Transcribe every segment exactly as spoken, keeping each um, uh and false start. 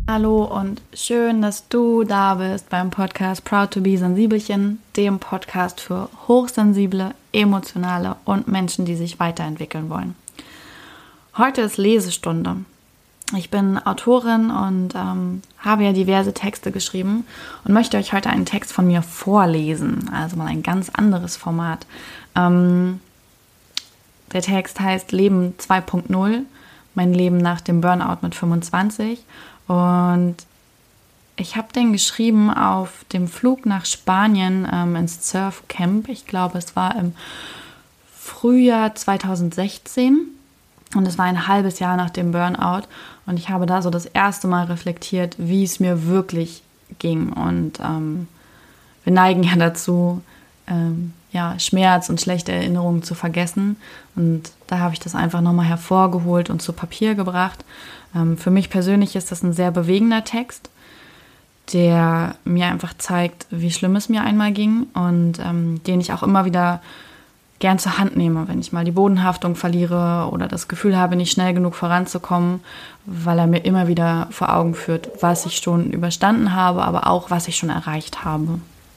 Hallo und schön, dass du da bist beim Podcast Proud to be Sensibelchen, dem Podcast für hochsensible, emotionale und Menschen, die sich weiterentwickeln wollen. Heute ist Lesestunde. Ich bin Autorin und ähm, habe ja diverse Texte geschrieben und möchte euch heute einen Text von mir vorlesen, also mal ein ganz anderes Format. Ähm, der Text heißt Leben zwei Punkt null, mein Leben nach dem Burnout mit fünfundzwanzig. Und ich habe den geschrieben auf dem Flug nach Spanien ähm, ins Surfcamp. Ich glaube, es war im Frühjahr zweitausendsechzehn und es war ein halbes Jahr nach dem Burnout. Und ich habe da so das erste Mal reflektiert, wie es mir wirklich ging. Und ähm, wir neigen ja dazu, ähm, ja, Schmerz und schlechte Erinnerungen zu vergessen. Und da habe ich das einfach nochmal hervorgeholt und zu Papier gebracht. Ähm, für mich persönlich ist das ein sehr bewegender Text, der mir einfach zeigt, wie schlimm es mir einmal ging und ähm, den ich auch immer wieder gern zur Hand nehme, wenn ich mal die Bodenhaftung verliere oder das Gefühl habe, nicht schnell genug voranzukommen, weil er mir immer wieder vor Augen führt, was ich schon überstanden habe, aber auch, was ich schon erreicht habe.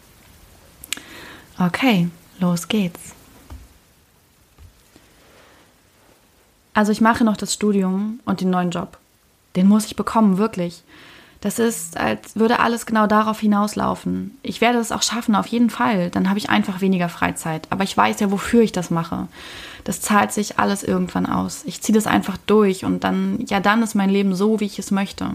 Okay, los geht's. Also ich mache noch das Studium und den neuen Job. Den muss ich bekommen, wirklich. Das ist, als würde alles genau darauf hinauslaufen. Ich werde es auch schaffen, auf jeden Fall. Dann habe ich einfach weniger Freizeit. Aber ich weiß ja, wofür ich das mache. Das zahlt sich alles irgendwann aus. Ich ziehe das einfach durch und dann, ja, dann ist mein Leben so, wie ich es möchte.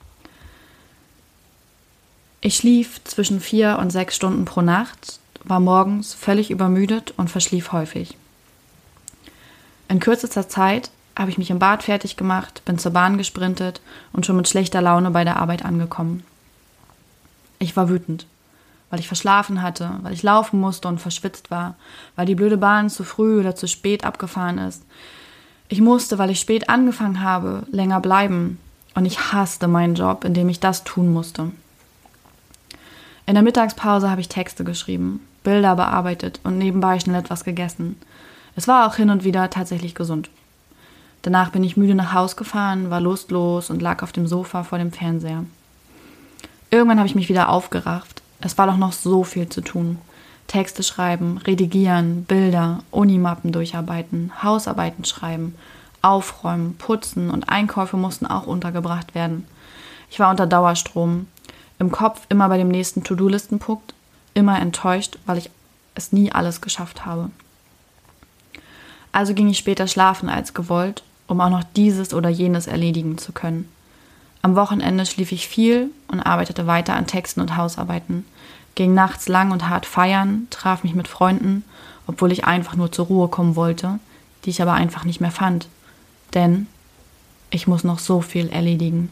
Ich schlief zwischen vier und sechs Stunden pro Nacht, war morgens völlig übermüdet und verschlief häufig. In kürzester Zeit habe ich mich im Bad fertig gemacht, bin zur Bahn gesprintet und schon mit schlechter Laune bei der Arbeit angekommen. Ich war wütend, weil ich verschlafen hatte, weil ich laufen musste und verschwitzt war, weil die blöde Bahn zu früh oder zu spät abgefahren ist. Ich musste, weil ich spät angefangen habe, länger bleiben und ich hasste meinen Job, in dem ich das tun musste. In der Mittagspause habe ich Texte geschrieben, Bilder bearbeitet und nebenbei schnell etwas gegessen. Es war auch hin und wieder tatsächlich gesund. Danach bin ich müde nach Haus gefahren, war lustlos und lag auf dem Sofa vor dem Fernseher. Irgendwann habe ich mich wieder aufgerafft. Es war doch noch so viel zu tun. Texte schreiben, redigieren, Bilder, Unimappen durcharbeiten, Hausarbeiten schreiben, aufräumen, putzen und Einkäufe mussten auch untergebracht werden. Ich war unter Dauerstrom, im Kopf immer bei dem nächsten To-Do-Listen-Punkt, immer enttäuscht, weil ich es nie alles geschafft habe. Also ging ich später schlafen als gewollt, um auch noch dieses oder jenes erledigen zu können. Am Wochenende schlief ich viel und arbeitete weiter an Texten und Hausarbeiten, ging nachts lang und hart feiern, traf mich mit Freunden, obwohl ich einfach nur zur Ruhe kommen wollte, die ich aber einfach nicht mehr fand. Denn ich muss noch so viel erledigen.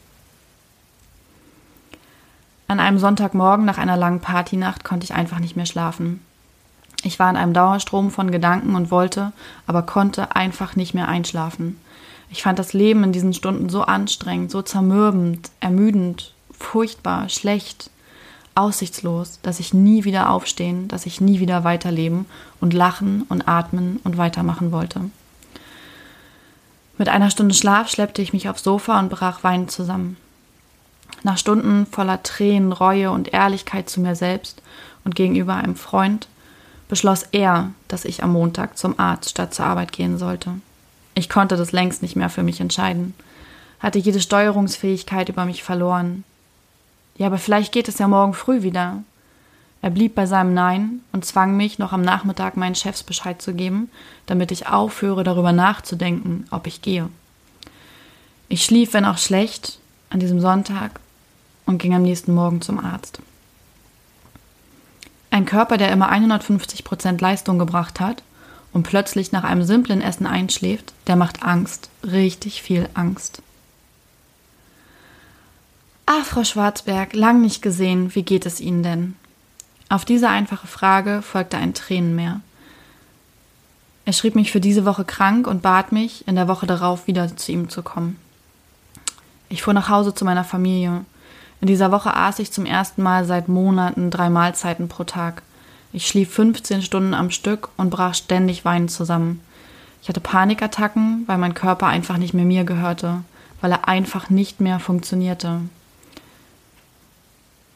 An einem Sonntagmorgen nach einer langen Partynacht konnte ich einfach nicht mehr schlafen. Ich war in einem Dauerstrom von Gedanken und wollte, aber konnte einfach nicht mehr einschlafen. Ich fand das Leben in diesen Stunden so anstrengend, so zermürbend, ermüdend, furchtbar, schlecht, aussichtslos, dass ich nie wieder aufstehen, dass ich nie wieder weiterleben und lachen und atmen und weitermachen wollte. Mit einer Stunde Schlaf schleppte ich mich aufs Sofa und brach weinend zusammen. Nach Stunden voller Tränen, Reue und Ehrlichkeit zu mir selbst und gegenüber einem Freund beschloss er, dass ich am Montag zum Arzt statt zur Arbeit gehen sollte. Ich konnte das längst nicht mehr für mich entscheiden, hatte jede Steuerungsfähigkeit über mich verloren. Ja, aber vielleicht geht es ja morgen früh wieder. Er blieb bei seinem Nein und zwang mich, noch am Nachmittag meinen Chefs Bescheid zu geben, damit ich aufhöre, darüber nachzudenken, ob ich gehe. Ich schlief, wenn auch schlecht, an diesem Sonntag und ging am nächsten Morgen zum Arzt. Ein Körper, der immer hundertfünfzig Prozent Leistung gebracht hat und plötzlich nach einem simplen Essen einschläft, der macht Angst, richtig viel Angst. Ah, Frau Schwarzberg, lang nicht gesehen, wie geht es Ihnen denn? Auf diese einfache Frage folgte ein Tränenmeer. Er schrieb mich für diese Woche krank und bat mich, in der Woche darauf wieder zu ihm zu kommen. Ich fuhr nach Hause zu meiner Familie. In dieser Woche aß ich zum ersten Mal seit Monaten drei Mahlzeiten pro Tag. Ich schlief fünfzehn Stunden am Stück und brach ständig weinend zusammen. Ich hatte Panikattacken, weil mein Körper einfach nicht mehr mir gehörte, weil er einfach nicht mehr funktionierte.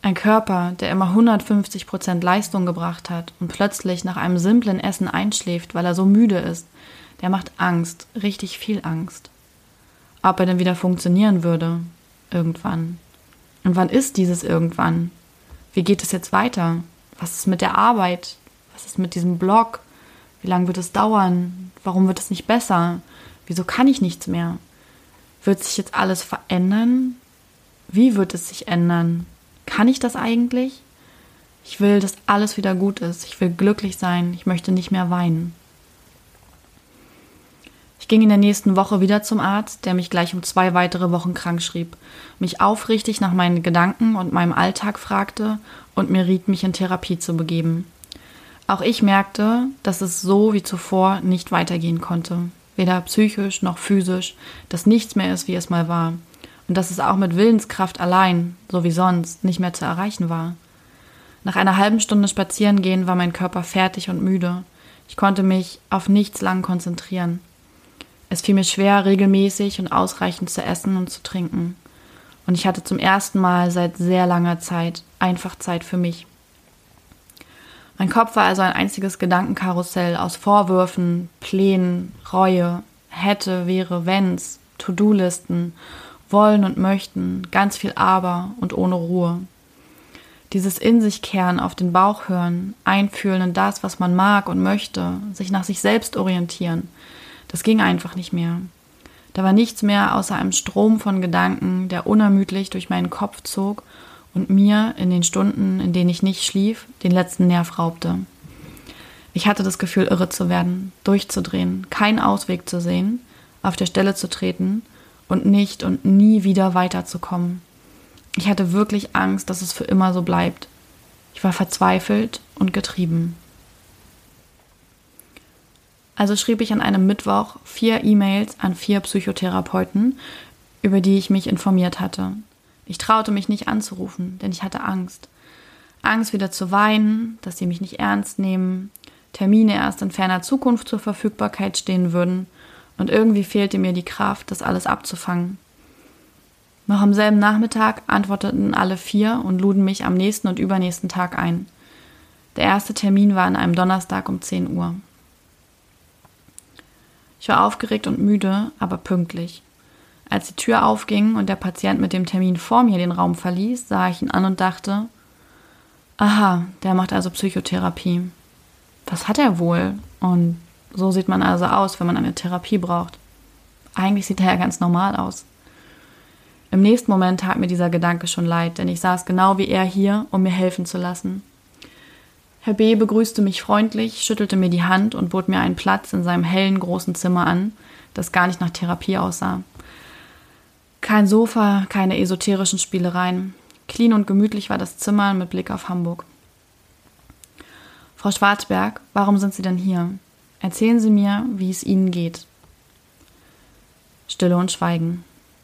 Ein Körper, der immer hundertfünfzig Prozent Leistung gebracht hat und plötzlich nach einem simplen Essen einschläft, weil er so müde ist, der macht Angst, richtig viel Angst. Ob er denn wieder funktionieren würde, irgendwann. Und wann ist dieses irgendwann? Wie geht es jetzt weiter? Was ist mit der Arbeit? Was ist mit diesem Blog? Wie lange wird es dauern? Warum wird es nicht besser? Wieso kann ich nichts mehr? Wird sich jetzt alles verändern? Wie wird es sich ändern? Kann ich das eigentlich? Ich will, dass alles wieder gut ist. Ich will glücklich sein. Ich möchte nicht mehr weinen. Ich ging in der nächsten Woche wieder zum Arzt, der mich gleich um zwei weitere Wochen krank schrieb, mich aufrichtig nach meinen Gedanken und meinem Alltag fragte und mir riet, mich in Therapie zu begeben. Auch ich merkte, dass es so wie zuvor nicht weitergehen konnte. Weder psychisch noch physisch, dass nichts mehr ist, wie es mal war. Und dass es auch mit Willenskraft allein, so wie sonst, nicht mehr zu erreichen war. Nach einer halben Stunde Spazierengehen war mein Körper fertig und müde. Ich konnte mich auf nichts lang konzentrieren. Es fiel mir schwer, regelmäßig und ausreichend zu essen und zu trinken. Und ich hatte zum ersten Mal seit sehr langer Zeit einfach Zeit für mich. Mein Kopf war also ein einziges Gedankenkarussell aus Vorwürfen, Plänen, Reue, hätte, wäre, wenns, To-Do-Listen, wollen und möchten, ganz viel Aber und ohne Ruhe. Dieses in sich kehren, auf den Bauch hören, einfühlen in das, was man mag und möchte, sich nach sich selbst orientieren, das ging einfach nicht mehr. Da war nichts mehr außer einem Strom von Gedanken, der unermüdlich durch meinen Kopf zog und mir in den Stunden, in denen ich nicht schlief, den letzten Nerv raubte. Ich hatte das Gefühl, irre zu werden, durchzudrehen, keinen Ausweg zu sehen, auf der Stelle zu treten und nicht und nie wieder weiterzukommen. Ich hatte wirklich Angst, dass es für immer so bleibt. Ich war verzweifelt und getrieben. Also schrieb ich an einem Mittwoch vier E-Mails an vier Psychotherapeuten, über die ich mich informiert hatte. Ich traute mich nicht anzurufen, denn ich hatte Angst. Angst wieder zu weinen, dass sie mich nicht ernst nehmen, Termine erst in ferner Zukunft zur Verfügbarkeit stehen würden und irgendwie fehlte mir die Kraft, das alles abzufangen. Noch am selben Nachmittag antworteten alle vier und luden mich am nächsten und übernächsten Tag ein. Der erste Termin war an einem Donnerstag um zehn Uhr. Ich war aufgeregt und müde, aber pünktlich. Als die Tür aufging und der Patient mit dem Termin vor mir den Raum verließ, sah ich ihn an und dachte, aha, der macht also Psychotherapie. Was hat er wohl? Und so sieht man also aus, wenn man eine Therapie braucht. Eigentlich sieht er ja ganz normal aus. Im nächsten Moment tat mir dieser Gedanke schon leid, denn ich saß genau wie er hier, um mir helfen zu lassen. Herr B. begrüßte mich freundlich, schüttelte mir die Hand und bot mir einen Platz in seinem hellen, großen Zimmer an, das gar nicht nach Therapie aussah. Kein Sofa, keine esoterischen Spielereien. Clean und gemütlich war das Zimmer mit Blick auf Hamburg. Frau Schwarzberg, warum sind Sie denn hier? Erzählen Sie mir, wie es Ihnen geht. Stille und Schweigen.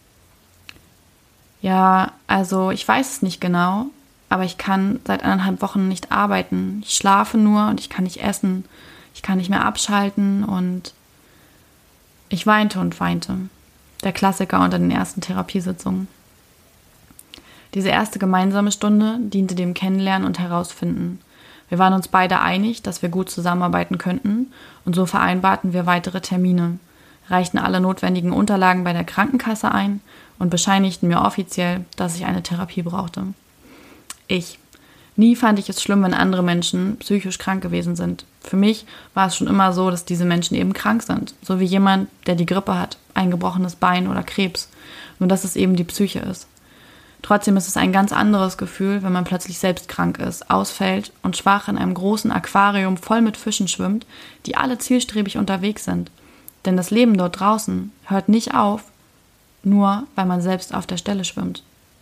Ja, also ich weiß es nicht genau, aber ich kann seit anderthalb Wochen nicht arbeiten. Ich schlafe nur und ich kann nicht essen. Ich kann nicht mehr abschalten und ich weinte und weinte. Der Klassiker unter den ersten Therapiesitzungen. Diese erste gemeinsame Stunde diente dem Kennenlernen und Herausfinden. Wir waren uns beide einig, dass wir gut zusammenarbeiten könnten und so vereinbarten wir weitere Termine, reichten alle notwendigen Unterlagen bei der Krankenkasse ein und bescheinigten mir offiziell, dass ich eine Therapie brauchte. Ich. Nie fand ich es schlimm, wenn andere Menschen psychisch krank gewesen sind. Für mich war es schon immer so, dass diese Menschen eben krank sind. So wie jemand, der die Grippe hat, ein gebrochenes Bein oder Krebs. Nur dass es eben die Psyche ist. Trotzdem ist es ein ganz anderes Gefühl, wenn man plötzlich selbst krank ist, ausfällt und schwach in einem großen Aquarium voll mit Fischen schwimmt, die alle zielstrebig unterwegs sind. Denn das Leben dort draußen hört nicht auf, nur weil man selbst auf der Stelle schwimmt.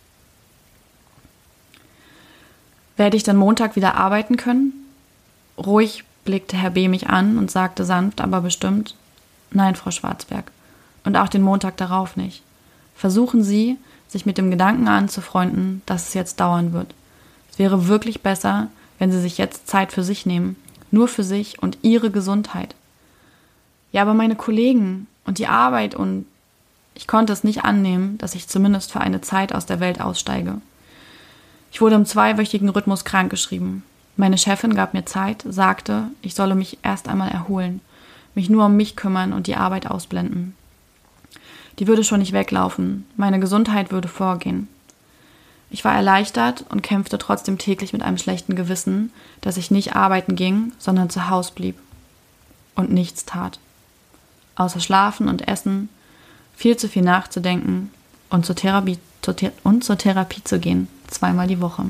Werde ich dann Montag wieder arbeiten können? Ruhig blickte Herr B. mich an und sagte sanft, aber bestimmt, nein, Frau Schwarzberg. Und auch den Montag darauf nicht. Versuchen Sie, sich mit dem Gedanken anzufreunden, dass es jetzt dauern wird. Es wäre wirklich besser, wenn Sie sich jetzt Zeit für sich nehmen. Nur für sich und Ihre Gesundheit. Ja, aber meine Kollegen und die Arbeit und ich konnte es nicht annehmen, dass ich zumindest für eine Zeit aus der Welt aussteige. Ich wurde im zweiwöchigen Rhythmus krankgeschrieben. Meine Chefin gab mir Zeit, sagte, ich solle mich erst einmal erholen, mich nur um mich kümmern und die Arbeit ausblenden. Die würde schon nicht weglaufen, meine Gesundheit würde vorgehen. Ich war erleichtert und kämpfte trotzdem täglich mit einem schlechten Gewissen, dass ich nicht arbeiten ging, sondern zu Hause blieb und nichts tat. Außer Schlafen und Essen, viel zu viel nachzudenken und zur Therapie, und zur Therapie zu gehen, zweimal die Woche.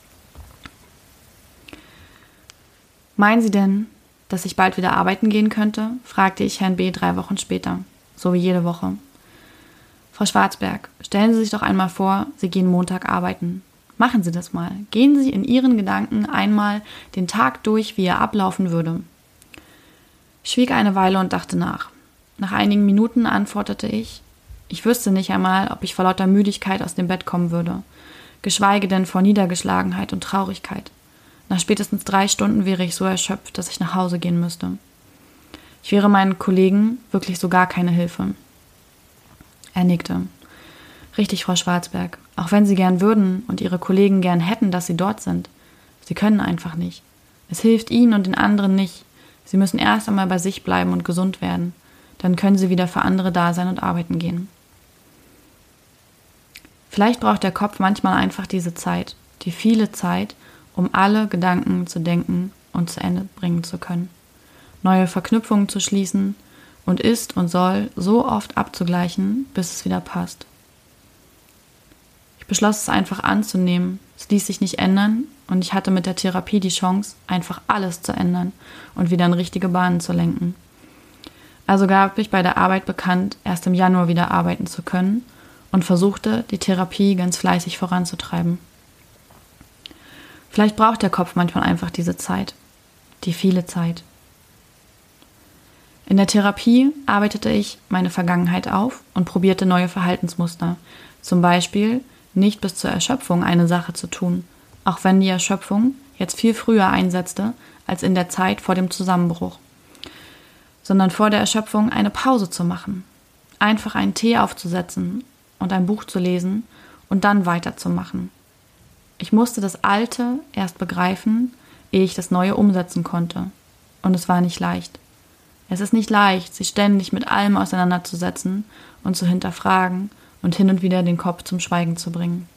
Meinen Sie denn, dass ich bald wieder arbeiten gehen könnte? Fragte ich Herrn B. drei Wochen später, so wie jede Woche. Frau Schwarzberg, stellen Sie sich doch einmal vor, Sie gehen Montag arbeiten. Machen Sie das mal. Gehen Sie in Ihren Gedanken einmal den Tag durch, wie er ablaufen würde. Ich schwieg eine Weile und dachte nach. Nach einigen Minuten antwortete ich, ich wüsste nicht einmal, ob ich vor lauter Müdigkeit aus dem Bett kommen würde, geschweige denn vor Niedergeschlagenheit und Traurigkeit. Nach spätestens drei Stunden wäre ich so erschöpft, dass ich nach Hause gehen müsste. Ich wäre meinen Kollegen wirklich so gar keine Hilfe. Er nickte. Richtig, Frau Schwarzberg. Auch wenn Sie gern würden und Ihre Kollegen gern hätten, dass Sie dort sind. Sie können einfach nicht. Es hilft Ihnen und den anderen nicht. Sie müssen erst einmal bei sich bleiben und gesund werden. Dann können Sie wieder für andere da sein und arbeiten gehen. Vielleicht braucht der Kopf manchmal einfach diese Zeit, die viele Zeit, um alle Gedanken zu denken und zu Ende bringen zu können, neue Verknüpfungen zu schließen und ist und soll so oft abzugleichen, bis es wieder passt. Ich beschloss es einfach anzunehmen, es ließ sich nicht ändern und ich hatte mit der Therapie die Chance, einfach alles zu ändern und wieder in richtige Bahnen zu lenken. Also gab ich bei der Arbeit bekannt, erst im Januar wieder arbeiten zu können und versuchte, die Therapie ganz fleißig voranzutreiben. Vielleicht braucht der Kopf manchmal einfach diese Zeit, die viele Zeit. In der Therapie arbeitete ich meine Vergangenheit auf und probierte neue Verhaltensmuster, zum Beispiel nicht bis zur Erschöpfung eine Sache zu tun, auch wenn die Erschöpfung jetzt viel früher einsetzte als in der Zeit vor dem Zusammenbruch, sondern vor der Erschöpfung eine Pause zu machen, einfach einen Tee aufzusetzen und ein Buch zu lesen und dann weiterzumachen. Ich musste das Alte erst begreifen, ehe ich das Neue umsetzen konnte. Und es war nicht leicht. Es ist nicht leicht, sich ständig mit allem auseinanderzusetzen und zu hinterfragen und hin und wieder den Kopf zum Schweigen zu bringen.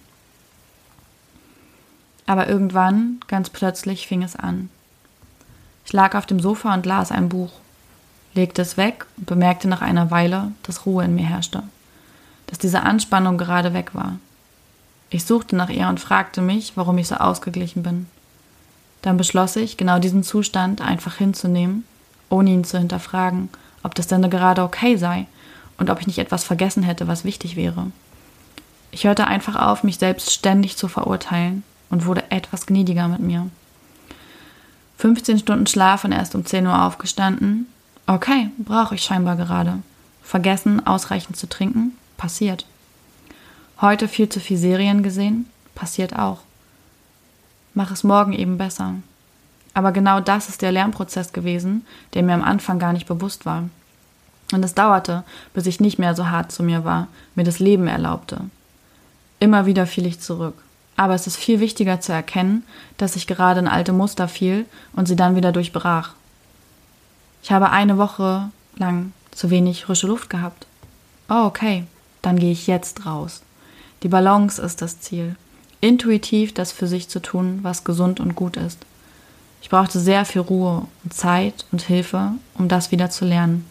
Aber irgendwann, ganz plötzlich, fing es an. Ich lag auf dem Sofa und las ein Buch, legte es weg und bemerkte nach einer Weile, dass Ruhe in mir herrschte, dass diese Anspannung gerade weg war. Ich suchte nach ihr und fragte mich, warum ich so ausgeglichen bin. Dann beschloss ich, genau diesen Zustand einfach hinzunehmen, ohne ihn zu hinterfragen, ob das denn gerade okay sei und ob ich nicht etwas vergessen hätte, was wichtig wäre. Ich hörte einfach auf, mich selbst ständig zu verurteilen und wurde etwas gnädiger mit mir. fünfzehn Stunden Schlaf und erst um zehn Uhr aufgestanden. Okay, brauche ich scheinbar gerade. Vergessen, ausreichend zu trinken? Passiert. Heute viel zu viel Serien gesehen? Passiert auch. Mach es morgen eben besser. Aber genau das ist der Lernprozess gewesen, der mir am Anfang gar nicht bewusst war. Und es dauerte, bis ich nicht mehr so hart zu mir war, mir das Leben erlaubte. Immer wieder fiel ich zurück. Aber es ist viel wichtiger zu erkennen, dass ich gerade in alte Muster fiel und sie dann wieder durchbrach. Ich habe eine Woche lang zu wenig frische Luft gehabt. Oh, okay, dann gehe ich jetzt raus. Die Balance ist das Ziel. Intuitiv das für sich zu tun, was gesund und gut ist. Ich brauchte sehr viel Ruhe und Zeit und Hilfe, um das wieder zu lernen.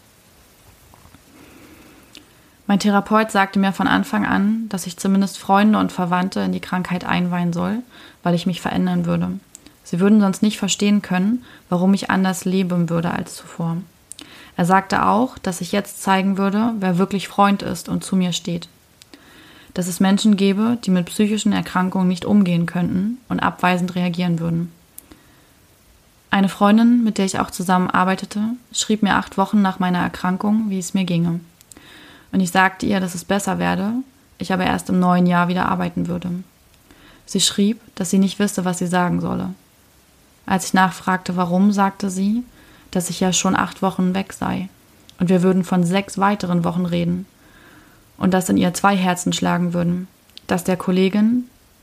Mein Therapeut sagte mir von Anfang an, dass ich zumindest Freunde und Verwandte in die Krankheit einweihen soll, weil ich mich verändern würde. Sie würden sonst nicht verstehen können, warum ich anders leben würde als zuvor. Er sagte auch, dass ich jetzt zeigen würde, wer wirklich Freund ist und zu mir steht. Dass es Menschen gäbe, die mit psychischen Erkrankungen nicht umgehen könnten und abweisend reagieren würden. Eine Freundin, mit der ich auch zusammen arbeitete, schrieb mir acht Wochen nach meiner Erkrankung, wie es mir ginge. Und ich sagte ihr, dass es besser werde, ich aber erst im neuen Jahr wieder arbeiten würde. Sie schrieb, dass sie nicht wisse, was sie sagen solle. Als ich nachfragte, warum, sagte sie, dass ich ja schon acht Wochen weg sei und wir würden von sechs weiteren Wochen reden und dass in ihr zwei Herzen schlagen würden, das der Kollegin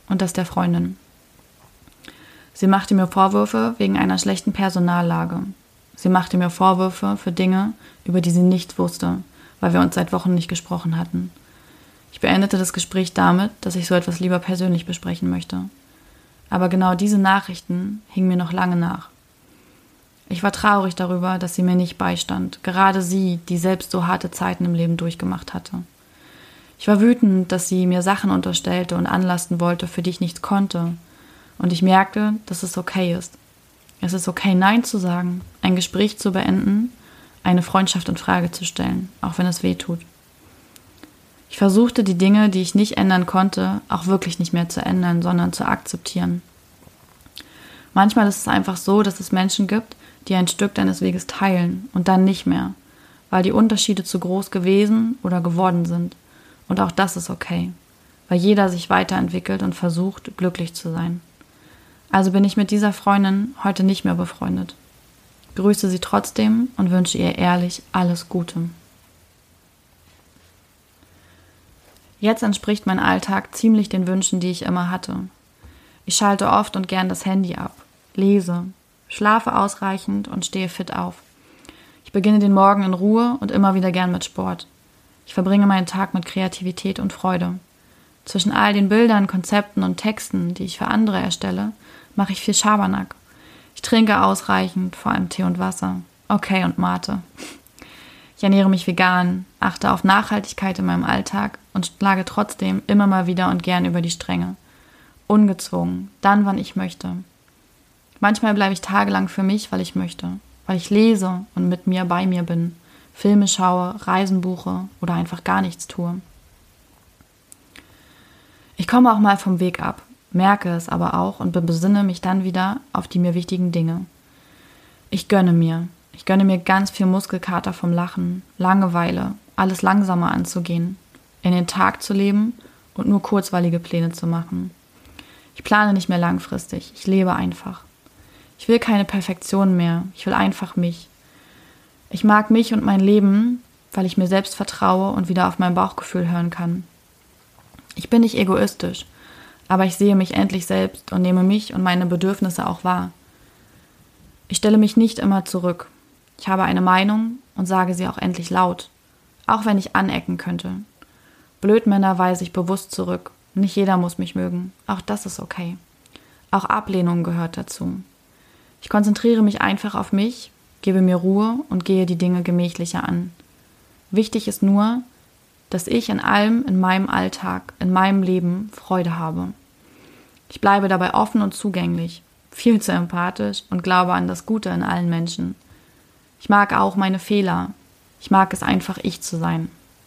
und das der Freundin. Sie machte mir Vorwürfe wegen einer schlechten Personallage. Sie machte mir Vorwürfe für Dinge, über die sie nichts wusste, weil wir uns seit Wochen nicht gesprochen hatten. Ich beendete das Gespräch damit, dass ich so etwas lieber persönlich besprechen möchte. Aber genau diese Nachrichten hingen mir noch lange nach. Ich war traurig darüber, dass sie mir nicht beistand, gerade sie, die selbst so harte Zeiten im Leben durchgemacht hatte. Ich war wütend, dass sie mir Sachen unterstellte und anlasten wollte, für die ich nichts konnte. Und ich merkte, dass es okay ist. Es ist okay, Nein zu sagen, ein Gespräch zu beenden, eine Freundschaft in Frage zu stellen, auch wenn es weh tut. Ich versuchte, die Dinge, die ich nicht ändern konnte, auch wirklich nicht mehr zu ändern, sondern zu akzeptieren. Manchmal ist es einfach so, dass es Menschen gibt, die ein Stück deines Weges teilen und dann nicht mehr, weil die Unterschiede zu groß gewesen oder geworden sind. Und auch das ist okay, weil jeder sich weiterentwickelt und versucht, glücklich zu sein. Also bin ich mit dieser Freundin heute nicht mehr befreundet. Grüße sie trotzdem und wünsche ihr ehrlich alles Gute. Jetzt entspricht mein Alltag ziemlich den Wünschen, die ich immer hatte. Ich schalte oft und gern das Handy ab, lese, schlafe ausreichend und stehe fit auf. Ich beginne den Morgen in Ruhe und immer wieder gern mit Sport. Ich verbringe meinen Tag mit Kreativität und Freude. Zwischen all den Bildern, Konzepten und Texten, die ich für andere erstelle, mache ich viel Schabernack. Ich trinke ausreichend, vor allem Tee und Wasser. Okay, und Mate. Ich ernähre mich vegan, achte auf Nachhaltigkeit in meinem Alltag und schlage trotzdem immer mal wieder und gern über die Stränge. Ungezwungen, dann wann ich möchte. Manchmal bleibe ich tagelang für mich, weil ich möchte, weil ich lese und mit mir bei mir bin, Filme schaue, Reisen buche oder einfach gar nichts tue. Ich komme auch mal vom Weg ab, merke es aber auch und besinne mich dann wieder auf die mir wichtigen Dinge. Ich gönne mir, ich gönne mir ganz viel Muskelkater vom Lachen, Langeweile, alles langsamer anzugehen, in den Tag zu leben und nur kurzweilige Pläne zu machen. Ich plane nicht mehr langfristig, ich lebe einfach. Ich will keine Perfektion mehr, ich will einfach mich. Ich mag mich und mein Leben, weil ich mir selbst vertraue und wieder auf mein Bauchgefühl hören kann. Ich bin nicht egoistisch, aber ich sehe mich endlich selbst und nehme mich und meine Bedürfnisse auch wahr. Ich stelle mich nicht immer zurück. Ich habe eine Meinung und sage sie auch endlich laut, auch wenn ich anecken könnte. Blödmänner weise ich bewusst zurück. Nicht jeder muss mich mögen, auch das ist okay. Auch Ablehnung gehört dazu. Ich konzentriere mich einfach auf mich, gebe mir Ruhe und gehe die Dinge gemächlicher an. Wichtig ist nur, dass ich in allem in meinem Alltag, in meinem Leben Freude habe. Ich bleibe dabei offen und zugänglich, viel zu empathisch und glaube an das Gute in allen Menschen. Ich mag auch meine Fehler. Ich mag es einfach, ich zu sein.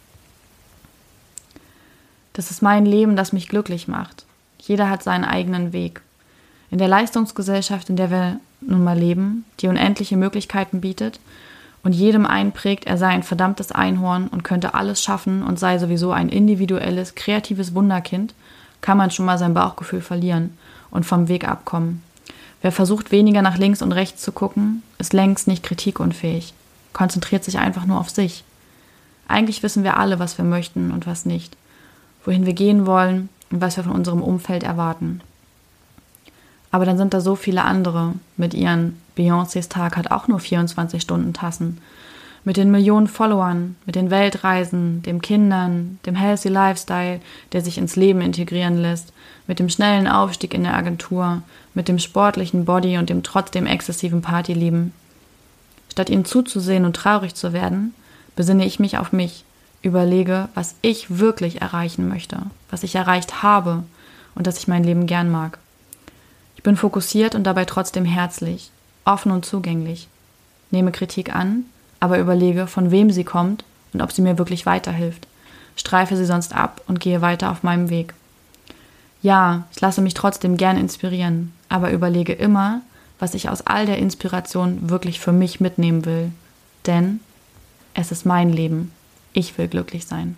Das ist mein Leben, das mich glücklich macht. Jeder hat seinen eigenen Weg. In der Leistungsgesellschaft, in der wir nun mal leben, die unendliche Möglichkeiten bietet und jedem einprägt, er sei ein verdammtes Einhorn und könnte alles schaffen und sei sowieso ein individuelles, kreatives Wunderkind, kann man schon mal sein Bauchgefühl verlieren und vom Weg abkommen. Wer versucht, weniger nach links und rechts zu gucken, ist längst nicht kritikunfähig, konzentriert sich einfach nur auf sich. Eigentlich wissen wir alle, was wir möchten und was nicht, wohin wir gehen wollen und was wir von unserem Umfeld erwarten. Aber dann sind da so viele andere mit ihren Beyoncés Tag hat auch nur vierundzwanzig Stunden Tassen, mit den Millionen Followern, mit den Weltreisen, dem Kindern, dem Healthy Lifestyle, der sich ins Leben integrieren lässt, mit dem schnellen Aufstieg in der Agentur, mit dem sportlichen Body und dem trotzdem exzessiven Partyleben. Statt ihnen zuzusehen und traurig zu werden, besinne ich mich auf mich, überlege, was ich wirklich erreichen möchte, was ich erreicht habe und dass ich mein Leben gern mag. Ich bin fokussiert und dabei trotzdem herzlich, offen und zugänglich. Nehme Kritik an, aber überlege, von wem sie kommt und ob sie mir wirklich weiterhilft. Streife sie sonst ab und gehe weiter auf meinem Weg. Ja, ich lasse mich trotzdem gern inspirieren, aber überlege immer, was ich aus all der Inspiration wirklich für mich mitnehmen will. Denn es ist mein Leben. Ich will glücklich sein.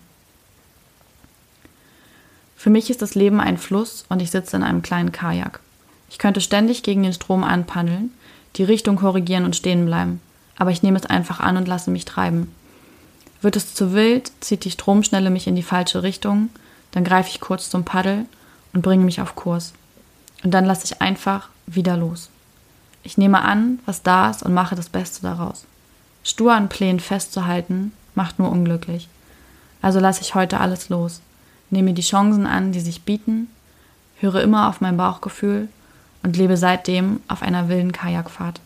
Für mich ist das Leben ein Fluss und ich sitze in einem kleinen Kajak. Ich könnte ständig gegen den Strom anpaddeln, die Richtung korrigieren und stehen bleiben, aber ich nehme es einfach an und lasse mich treiben. Wird es zu wild, zieht die Stromschnelle mich in die falsche Richtung, dann greife ich kurz zum Paddel und bringe mich auf Kurs. Und dann lasse ich einfach wieder los. Ich nehme an, was da ist und mache das Beste daraus. Stur an Plänen festzuhalten, macht nur unglücklich. Also lasse ich heute alles los. Nehme die Chancen an, die sich bieten, höre immer auf mein Bauchgefühl und lebe seitdem auf einer wilden Kajakfahrt.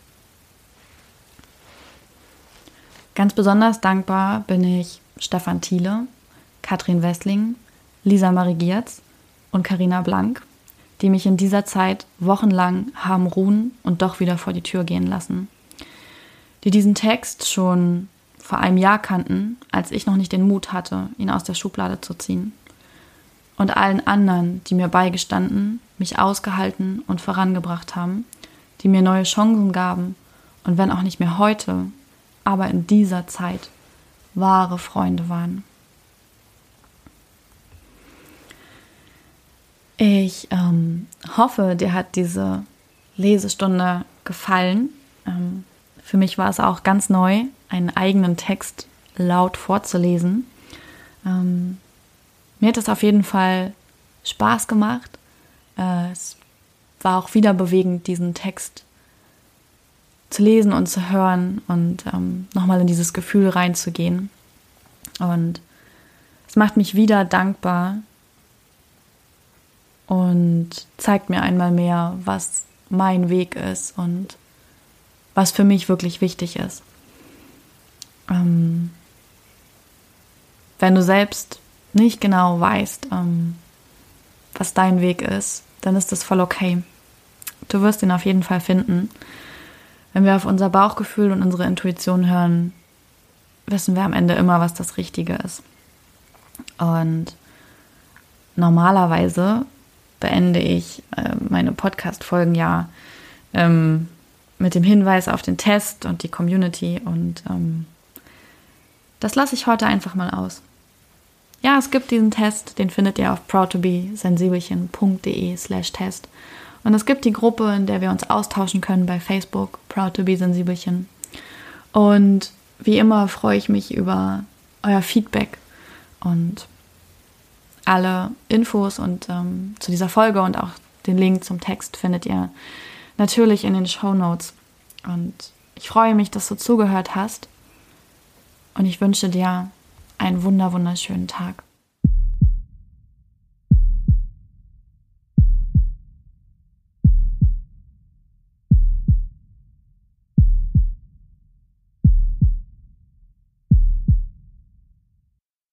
Ganz besonders dankbar bin ich Stefan Thiele, Katrin Wessling, Lisa Marie Giertz und Carina Blank, die mich in dieser Zeit wochenlang haben ruhen und doch wieder vor die Tür gehen lassen. Die diesen Text schon vor einem Jahr kannten, als ich noch nicht den Mut hatte, ihn aus der Schublade zu ziehen. Und allen anderen, die mir beigestanden, mich ausgehalten und vorangebracht haben, die mir neue Chancen gaben und wenn auch nicht mehr heute, aber in dieser Zeit wahre Freunde waren. Ich ähm, hoffe, dir hat diese Lesestunde gefallen. Ähm, für mich war es auch ganz neu, einen eigenen Text laut vorzulesen. Ähm, mir hat es auf jeden Fall Spaß gemacht. Äh, es war auch wieder bewegend, diesen Text zu lesen und zu hören und ähm, nochmal in dieses Gefühl reinzugehen. Und es macht mich wieder dankbar und zeigt mir einmal mehr, was mein Weg ist und was für mich wirklich wichtig ist. Ähm, wenn du selbst nicht genau weißt, ähm, was dein Weg ist, dann ist das voll okay. Du wirst ihn auf jeden Fall finden. Wenn wir auf unser Bauchgefühl und unsere Intuition hören, wissen wir am Ende immer, was das Richtige ist. Und normalerweise beende ich äh, meine Podcast-Folgen ja ähm, mit dem Hinweis auf den Test und die Community und ähm, das lasse ich heute einfach mal aus. Ja, es gibt diesen Test, den findet ihr auf proudtobesensibelchen.de slash Test. Und es gibt die Gruppe, in der wir uns austauschen können bei Facebook, Proud to be Sensibelchen. Und wie immer freue ich mich über euer Feedback und alle Infos und ähm, zu dieser Folge und auch den Link zum Text findet ihr natürlich in den Shownotes. Und ich freue mich, dass du zugehört hast und ich wünsche dir einen wunder wunderschönen Tag.